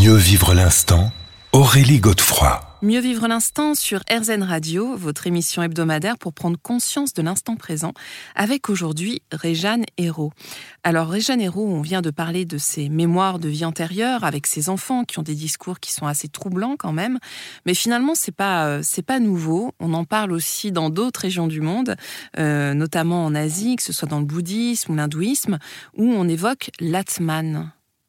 Mieux vivre l'instant, Aurélie Godefroy. Mieux vivre l'instant sur RZN Radio, votre émission hebdomadaire pour prendre conscience de l'instant présent, avec aujourd'hui Réjeanne Hérault. Alors Réjeanne Hérault, on vient de parler de ses mémoires de vie antérieure avec ses enfants qui ont des discours qui sont assez troublants quand même, mais finalement c'est pas nouveau. On en parle aussi dans d'autres régions du monde, notamment en Asie, que ce soit dans le bouddhisme ou l'hindouisme, où on évoque l'Atman.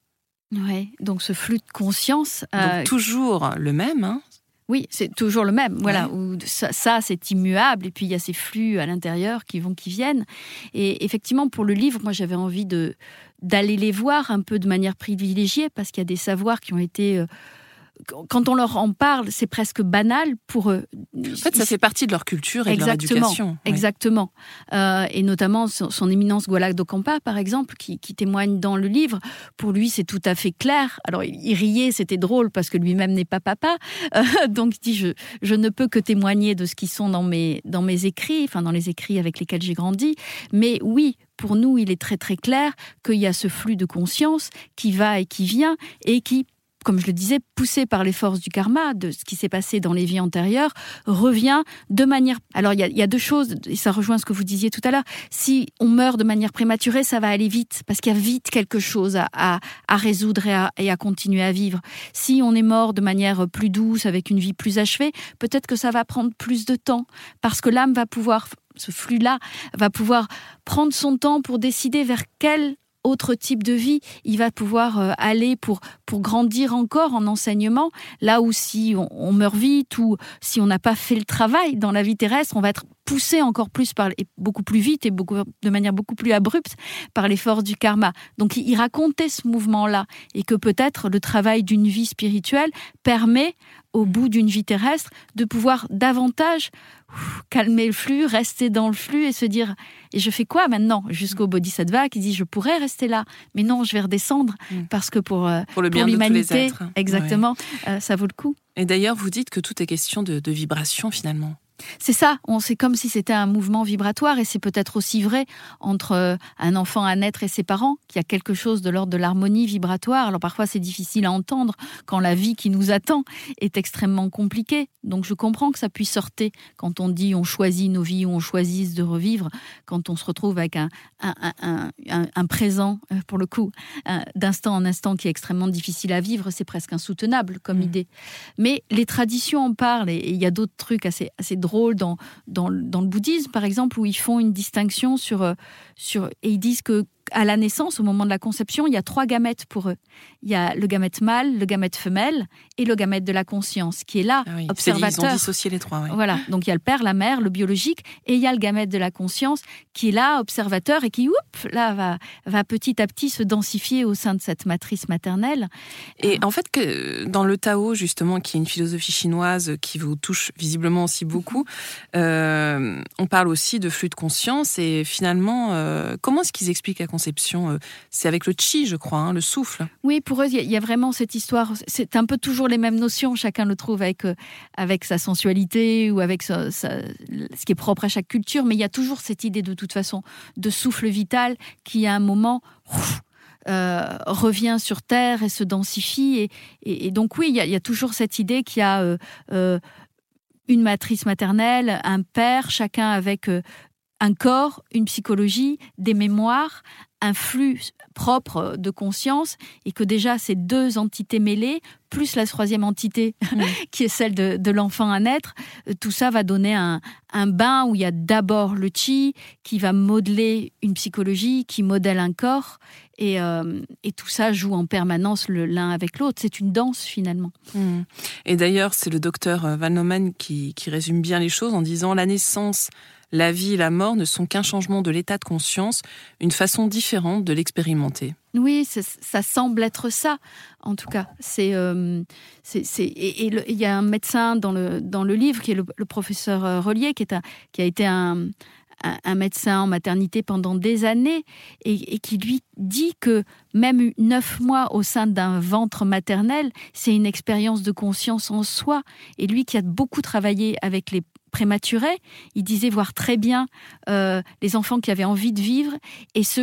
Oui, donc ce flux de conscience. Donc toujours le même, hein. Oui, c'est toujours le même. Voilà, Ouais. où ça, c'est immuable. Et puis, il y a ces flux à l'intérieur qui vont, qui viennent. Et effectivement, pour le livre, moi, j'avais envie d'aller les voir un peu de manière privilégiée parce qu'il y a des savoirs qui ont été... quand on leur en parle, c'est presque banal pour eux. En fait, ça fait partie de leur culture et de leur éducation. Exactement. Et notamment son éminence Gwala Dokampa, par exemple, qui témoigne dans le livre. Pour lui, c'est tout à fait clair. Alors, il riait, c'était drôle parce que lui-même n'est pas papa. Donc, il dit, je ne peux que témoigner de ce qui sont dans mes écrits, enfin, dans les écrits avec lesquels j'ai grandi. Mais oui, pour nous, il est très, très clair qu'il y a ce flux de conscience qui va et qui vient et qui, comme je le disais, poussé par les forces du karma, de ce qui s'est passé dans les vies antérieures, revient de manière... Alors, il y a deux choses, et ça rejoint ce que vous disiez tout à l'heure. Si on meurt de manière prématurée, ça va aller vite, parce qu'il y a vite quelque chose à résoudre et à continuer à vivre. Si on est mort de manière plus douce, avec une vie plus achevée, peut-être que ça va prendre plus de temps, parce que l'âme va pouvoir, ce flux-là, va pouvoir prendre son temps pour décider vers quel autre type de vie, il va pouvoir aller pour grandir encore en enseignement, là où si on meurt vite ou si on n'a pas fait le travail dans la vie terrestre, on va être poussé encore plus et beaucoup plus vite et de manière beaucoup plus abrupte par les forces du karma. Donc il racontait ce mouvement-là et que peut-être le travail d'une vie spirituelle permet au bout d'une vie terrestre de pouvoir davantage calmer le flux, rester dans le flux et se dire et je fais quoi maintenant, jusqu'au bodhisattva qui dit je pourrais rester là, mais non, je vais redescendre parce que pour le bien de tous les l'humanité, êtres. exactement, ça vaut le coup. Et d'ailleurs, vous dites que tout est question de vibration finalement. C'est ça, c'est comme si c'était un mouvement vibratoire et c'est peut-être aussi vrai entre un enfant à naître et ses parents, qu'il y a quelque chose de l'ordre de l'harmonie vibratoire. Alors parfois c'est difficile à entendre quand la vie qui nous attend est extrêmement compliquée. Donc je comprends que ça puisse heurter quand on dit on choisit nos vies ou on choisit de revivre, quand on se retrouve avec un présent, pour le coup, d'instant en instant qui est extrêmement difficile à vivre, c'est presque insoutenable comme idée. Mais les traditions en parlent et il y a d'autres trucs assez drôles dans le bouddhisme, par exemple, où ils font une distinction et ils disent que à la naissance, au moment de la conception, il y a 3 gamètes pour eux. Il y a le gamète mâle, le gamète femelle et le gamète de la conscience, qui est là, observateur. Ils ont dissocié les 3. Oui. Voilà, donc il y a le père, la mère, le biologique, et il y a le gamète de la conscience, qui est là, observateur, et qui, là, va petit à petit se densifier au sein de cette matrice maternelle. Et en fait, que dans le Tao, justement, qui est une philosophie chinoise qui vous touche visiblement aussi beaucoup, on parle aussi de flux de conscience, et finalement, comment est-ce qu'ils expliquent la conception, c'est avec le chi, je crois, le souffle. Oui, pour eux, il y a vraiment cette histoire. C'est un peu toujours les mêmes notions. Chacun le trouve avec sa sensualité ou avec ce qui est propre à chaque culture. Mais il y a toujours cette idée, de toute façon, de souffle vital qui, à un moment, revient sur Terre et se densifie. Et donc, oui, il y a toujours cette idée qu'il y a une matrice maternelle, un père, chacun avec... un corps, une psychologie, des mémoires, un flux propre de conscience, et que déjà ces 2 entités mêlées, plus la 3e entité qui est celle de l'enfant à naître, tout ça va donner un bain où il y a d'abord le chi qui va modeler une psychologie, qui modèle un corps, et tout ça joue en permanence l'un avec l'autre. C'est une danse finalement. Et d'ailleurs, c'est le docteur Van Lomen qui résume bien les choses en disant « La naissance, la vie et la mort ne sont qu'un changement de l'état de conscience, une façon différente de l'expérimenter. » Oui, ça semble être ça, en tout cas. Il y a un médecin dans le livre qui est le professeur Relier, qui a été un médecin en maternité pendant des années et qui lui dit que même 9 mois au sein d'un ventre maternel, c'est une expérience de conscience en soi. Et lui qui a beaucoup travaillé avec les prématurés, il disait voir très bien les enfants qui avaient envie de vivre et ceux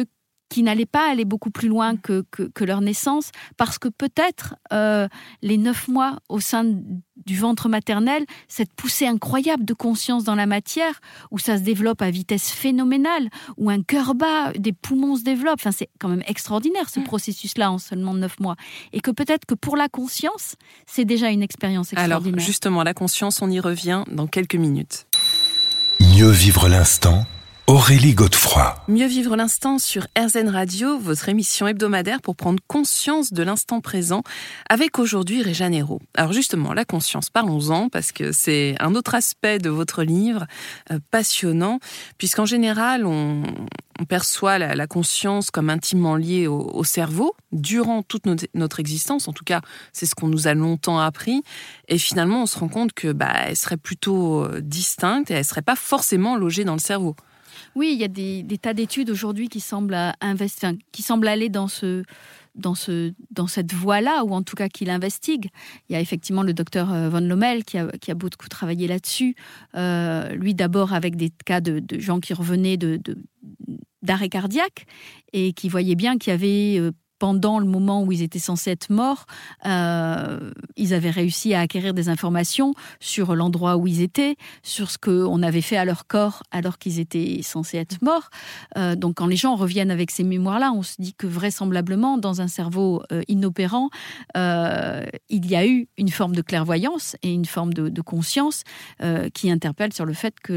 qui n'allaient pas aller beaucoup plus loin que leur naissance, parce que peut-être les 9 mois au sein du ventre maternel, cette poussée incroyable de conscience dans la matière, où ça se développe à vitesse phénoménale, où un cœur bat, des poumons se développent, enfin, c'est quand même extraordinaire ce processus-là en seulement 9 mois. Et que peut-être que pour la conscience, c'est déjà une expérience extraordinaire. Alors justement, la conscience, on y revient dans quelques minutes. Mieux vivre l'instant, Aurélie Godefroy. Mieux vivre l'instant sur RZN Radio, votre émission hebdomadaire pour prendre conscience de l'instant présent, avec aujourd'hui Réjeanne Hérault. Alors justement, la conscience, parlons-en, parce que c'est un autre aspect de votre livre, passionnant, puisqu'en général, on perçoit la conscience comme intimement liée au cerveau, durant toute notre existence, en tout cas, c'est ce qu'on nous a longtemps appris, et finalement, on se rend compte que elle serait plutôt distincte, et elle serait pas forcément logée dans le cerveau. Oui, il y a des tas d'études aujourd'hui qui semblent aller dans cette voie-là, ou en tout cas qui l'investiguent. Il y a effectivement le docteur Von Lommel qui a beaucoup travaillé là-dessus. Lui d'abord avec des cas de gens qui revenaient d'arrêt cardiaque et qui voyaient bien qu'il y avait... pendant le moment où ils étaient censés être morts, ils avaient réussi à acquérir des informations sur l'endroit où ils étaient, sur ce qu'on avait fait à leur corps alors qu'ils étaient censés être morts. Donc quand les gens reviennent avec ces mémoires-là, on se dit que vraisemblablement, dans un cerveau inopérant, il y a eu une forme de clairvoyance et une forme de conscience qui interpelle sur le fait que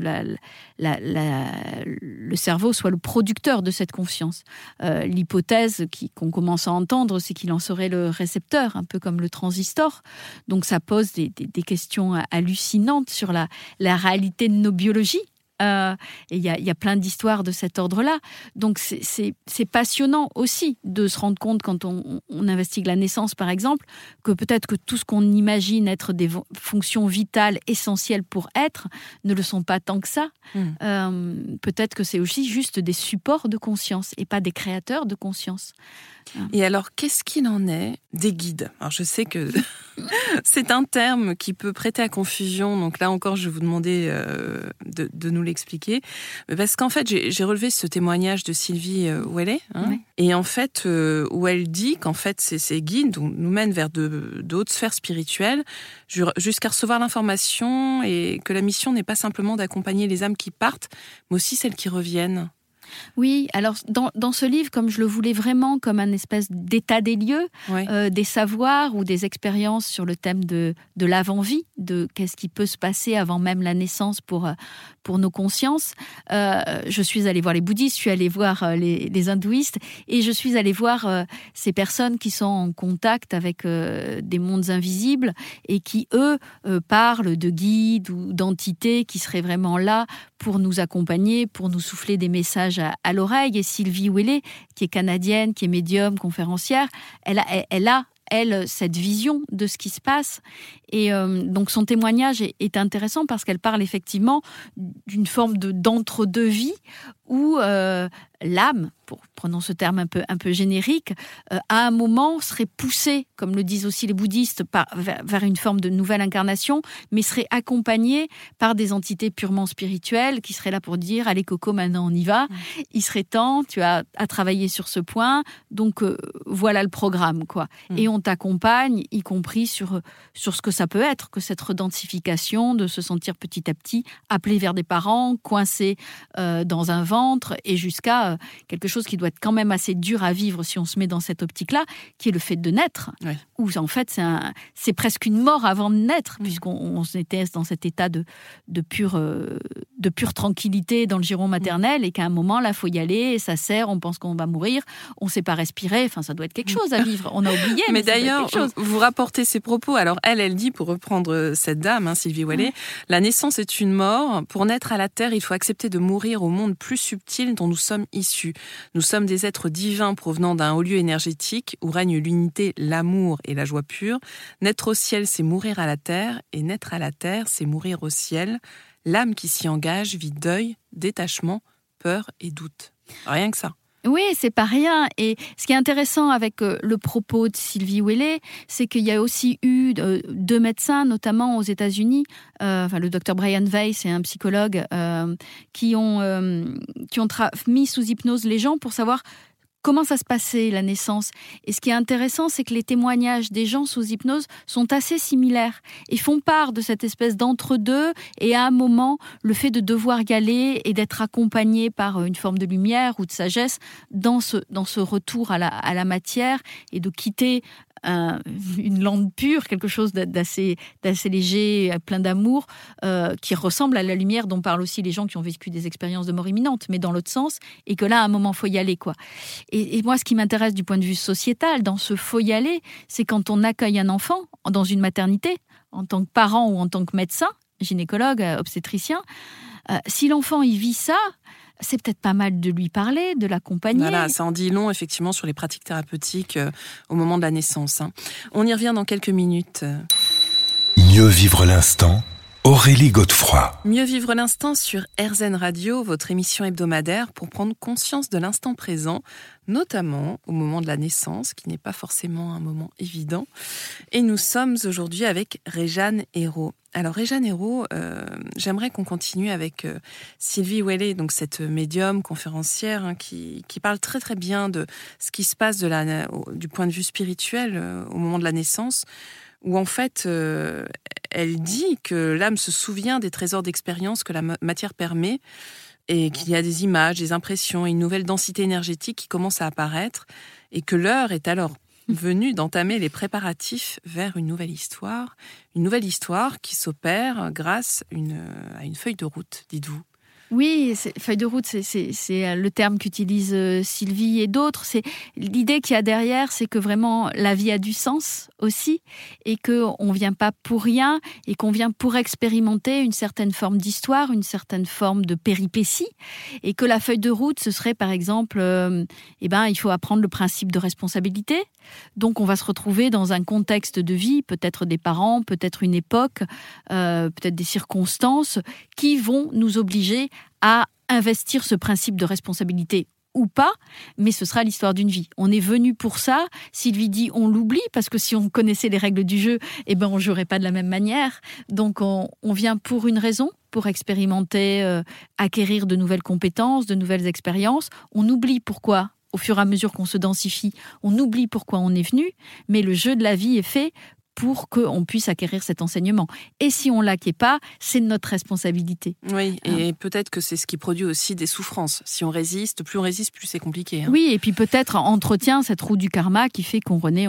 le cerveau soit le producteur de cette conscience. L'hypothèse qu'on commence à entendre, c'est qu'il en serait le récepteur, un peu comme le transistor. Donc ça pose des questions hallucinantes sur la réalité de nos biologies. Et il y a plein d'histoires de cet ordre-là. Donc c'est passionnant aussi de se rendre compte, quand on investigue la naissance par exemple, que peut-être que tout ce qu'on imagine être des fonctions vitales, essentielles pour être, ne le sont pas tant que ça. Peut-être que c'est aussi juste des supports de conscience et pas des créateurs de conscience. Et alors, qu'est-ce qu'il en est des guides ? Alors, je sais que c'est un terme qui peut prêter à confusion, donc là encore, je vais vous demander de nous l'expliquer. Parce qu'en fait, j'ai relevé ce témoignage de Sylvie Ouellet, Oui. Et en fait, où elle dit qu'en fait, ces guides nous mènent vers de hautes sphères spirituelles, jusqu'à recevoir l'information, et que la mission n'est pas simplement d'accompagner les âmes qui partent, mais aussi celles qui reviennent. Oui, alors dans ce livre, comme je le voulais vraiment comme un espèce d'état des lieux, des savoirs ou des expériences sur le thème de l'avant-vie, de qu'est-ce qui peut se passer avant même la naissance pour nos consciences. Je suis allée voir les bouddhistes, je suis allée voir les hindouistes, et je suis allée voir ces personnes qui sont en contact avec des mondes invisibles et qui, eux, parlent de guides ou d'entités qui seraient vraiment là pour nous accompagner, pour nous souffler des messages à l'oreille. Et Sylvie Ouellet, qui est canadienne, qui est médium, conférencière, elle a cette vision de ce qui se passe. Et donc son témoignage est intéressant parce qu'elle parle effectivement d'une forme d'entre-deux-vie où l'âme, prenons ce terme un peu générique, à un moment serait poussée, comme le disent aussi les bouddhistes, vers une forme de nouvelle incarnation, mais serait accompagnée par des entités purement spirituelles qui seraient là pour dire « Allez Coco, maintenant on y va, il serait temps, tu as à travailler sur ce point, donc voilà le programme. » quoi. Et on t'accompagne, y compris sur ce que ça peut être, que cette redentification, de se sentir petit à petit appelé vers des parents, coincé dans un ventre, et jusqu'à quelque chose qui doit être quand même assez dur à vivre si on se met dans cette optique-là, qui est le fait de naître, où en fait c'est presque une mort avant de naître, puisqu'on était dans cet état de pure tranquillité dans le giron maternel, et qu'à un moment, là, il faut y aller, et ça serre, on pense qu'on va mourir, on ne sait pas respirer, enfin, ça doit être quelque chose à vivre, on a oublié. Mais d'ailleurs, vous rapportez ces propos, alors elle dit, pour reprendre cette dame, Sylvie Ouellet, la naissance est une mort, pour naître à la terre, il faut accepter de mourir au monde plus subtil dont nous sommes issus. Nous sommes des êtres divins provenant d'un haut lieu énergétique où règne l'unité, l'amour et la joie pure. Naître au ciel, c'est mourir à la terre, et naître à la terre, c'est mourir au ciel. L'âme qui s'y engage vit deuil, détachement, peur et doute. Rien que ça. Oui, c'est pas rien. Et ce qui est intéressant avec le propos de Sylvie Ouellet, c'est qu'il y a aussi eu 2 médecins, notamment aux États-Unis, le docteur Brian Weiss et un psychologue, qui ont mis sous hypnose les gens pour savoir comment ça se passait, la naissance. Et ce qui est intéressant, c'est que les témoignages des gens sous hypnose sont assez similaires et font part de cette espèce d'entre-deux et à un moment, le fait de devoir y aller et d'être accompagné par une forme de lumière ou de sagesse dans ce retour à la matière et de quitter une lande pure, quelque chose d'assez léger, plein d'amour, qui ressemble à la lumière dont parlent aussi les gens qui ont vécu des expériences de mort imminente, mais dans l'autre sens, et que là, à un moment, faut y aller, quoi. Et moi, ce qui m'intéresse du point de vue sociétal, dans ce faut y aller, c'est quand on accueille un enfant dans une maternité, en tant que parent ou en tant que médecin, gynécologue, obstétricien, si l'enfant y vit ça, c'est peut-être pas mal de lui parler, de l'accompagner. Voilà, ça en dit long, effectivement, sur les pratiques thérapeutiques au moment de la naissance. On y revient dans quelques minutes. Mieux vivre l'instant, Aurélie Godefroy. Mieux vivre l'instant sur RZN Radio, votre émission hebdomadaire pour prendre conscience de l'instant présent, notamment au moment de la naissance, qui n'est pas forcément un moment évident. Et nous sommes aujourd'hui avec Réjeanne Hérault. Alors Réjeanne Hérault, j'aimerais qu'on continue avec Sylvie Ouellet, donc cette médium conférencière qui parle très très bien de ce qui se passe du point de vue spirituel au moment de la naissance, où en fait elle dit que l'âme se souvient des trésors d'expérience que la matière permet et qu'il y a des images, des impressions et une nouvelle densité énergétique qui commence à apparaître et que l'heure est alors venue d'entamer les préparatifs vers une nouvelle histoire qui s'opère grâce à une feuille de route, dites-vous. Oui, feuille de route, c'est le terme qu'utilisent Sylvie et d'autres. C'est l'idée qu'il y a derrière, c'est que vraiment la vie a du sens aussi, et qu'on vient pas pour rien, et qu'on vient pour expérimenter une certaine forme d'histoire, une certaine forme de péripétie, et que la feuille de route, ce serait par exemple, il faut apprendre le principe de responsabilité. Donc on va se retrouver dans un contexte de vie, peut-être des parents, peut-être une époque, peut-être des circonstances qui vont nous obliger à investir ce principe de responsabilité ou pas, mais ce sera l'histoire d'une vie. On est venu pour ça. Sylvie dit on l'oublie, parce que si on connaissait les règles du jeu, on ne jouerait pas de la même manière. Donc on vient pour une raison, pour expérimenter, acquérir de nouvelles compétences, de nouvelles expériences. On oublie pourquoi. Au fur et à mesure qu'on se densifie, on oublie pourquoi on est venu, mais le jeu de la vie est fait pour qu'on puisse acquérir cet enseignement. Et si on ne l'acquiert pas, c'est notre responsabilité. Oui, et peut-être que c'est ce qui produit aussi des souffrances. Si on résiste, plus c'est compliqué. Oui, et puis peut-être entretient cette roue du karma qui fait qu'on renaît.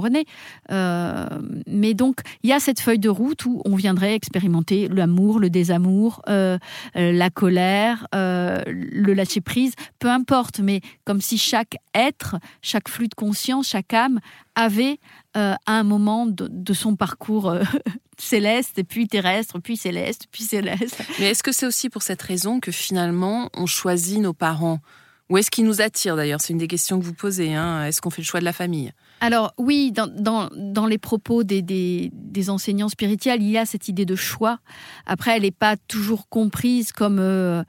Mais donc, il y a cette feuille de route où on viendrait expérimenter l'amour, le désamour, la colère, le lâcher-prise, peu importe, mais comme si chaque être, chaque flux de conscience, chaque âme avait à un moment de son parcours céleste, puis terrestre, puis céleste, puis céleste. Mais est-ce que c'est aussi pour cette raison que finalement on choisit nos parents ? Ou est-ce qu'ils nous attirent d'ailleurs ? C'est une des questions que vous posez. Est-ce qu'on fait le choix de la famille ? Alors oui, dans les propos des enseignants spirituels, il y a cette idée de choix. Après, elle n'est pas toujours comprise comme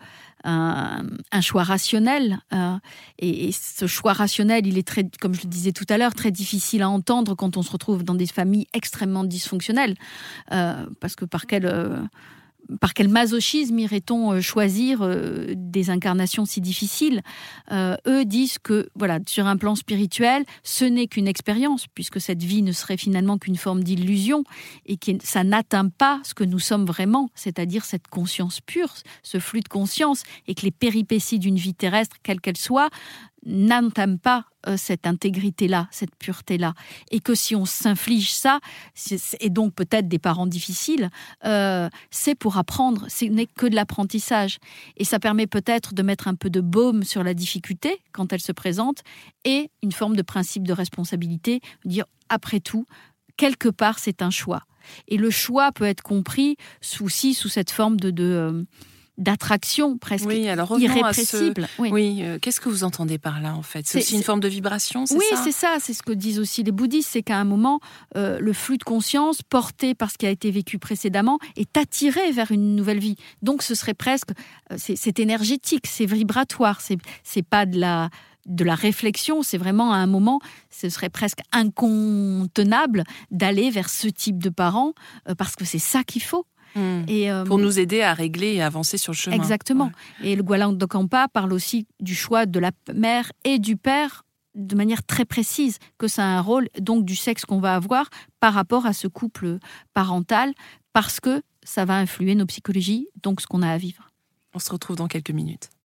un choix rationnel. Et ce choix rationnel, il est très, comme je le disais tout à l'heure, très difficile à entendre quand on se retrouve dans des familles extrêmement dysfonctionnelles. Parce que par quel masochisme irait-on choisir des incarnations si difficiles ? Eux disent que, sur un plan spirituel, ce n'est qu'une expérience, puisque cette vie ne serait finalement qu'une forme d'illusion, et que ça n'atteint pas ce que nous sommes vraiment, c'est-à-dire cette conscience pure, ce flux de conscience, et que les péripéties d'une vie terrestre, quelle qu'elle soit, n'entament pas cette intégrité-là, cette pureté-là. Et que si on s'inflige ça, et donc peut-être des parents difficiles, c'est pour apprendre, ce n'est que de l'apprentissage. Et ça permet peut-être de mettre un peu de baume sur la difficulté quand elle se présente, et une forme de principe de responsabilité, dire après tout, quelque part c'est un choix. Et le choix peut être compris sous cette forme d'attraction presque irrépressible. Qu'est-ce que vous entendez par là en fait ? C'est aussi une forme de vibration, c'est ça ? Oui, c'est ça, c'est ce que disent aussi les bouddhistes, c'est qu'à un moment, le flux de conscience porté par ce qui a été vécu précédemment est attiré vers une nouvelle vie. Donc ce serait presque, c'est énergétique, c'est vibratoire, c'est pas de la réflexion, c'est vraiment à un moment, ce serait presque incontenable d'aller vers ce type de parents, parce que c'est ça qu'il faut. Et pour nous aider à régler et avancer sur le chemin. Exactement. Ouais. Et le Gualang Dokampa parle aussi du choix de la mère et du père de manière très précise que ça a un rôle donc du sexe qu'on va avoir par rapport à ce couple parental, parce que ça va influer nos psychologies, donc ce qu'on a à vivre. On se retrouve dans quelques minutes.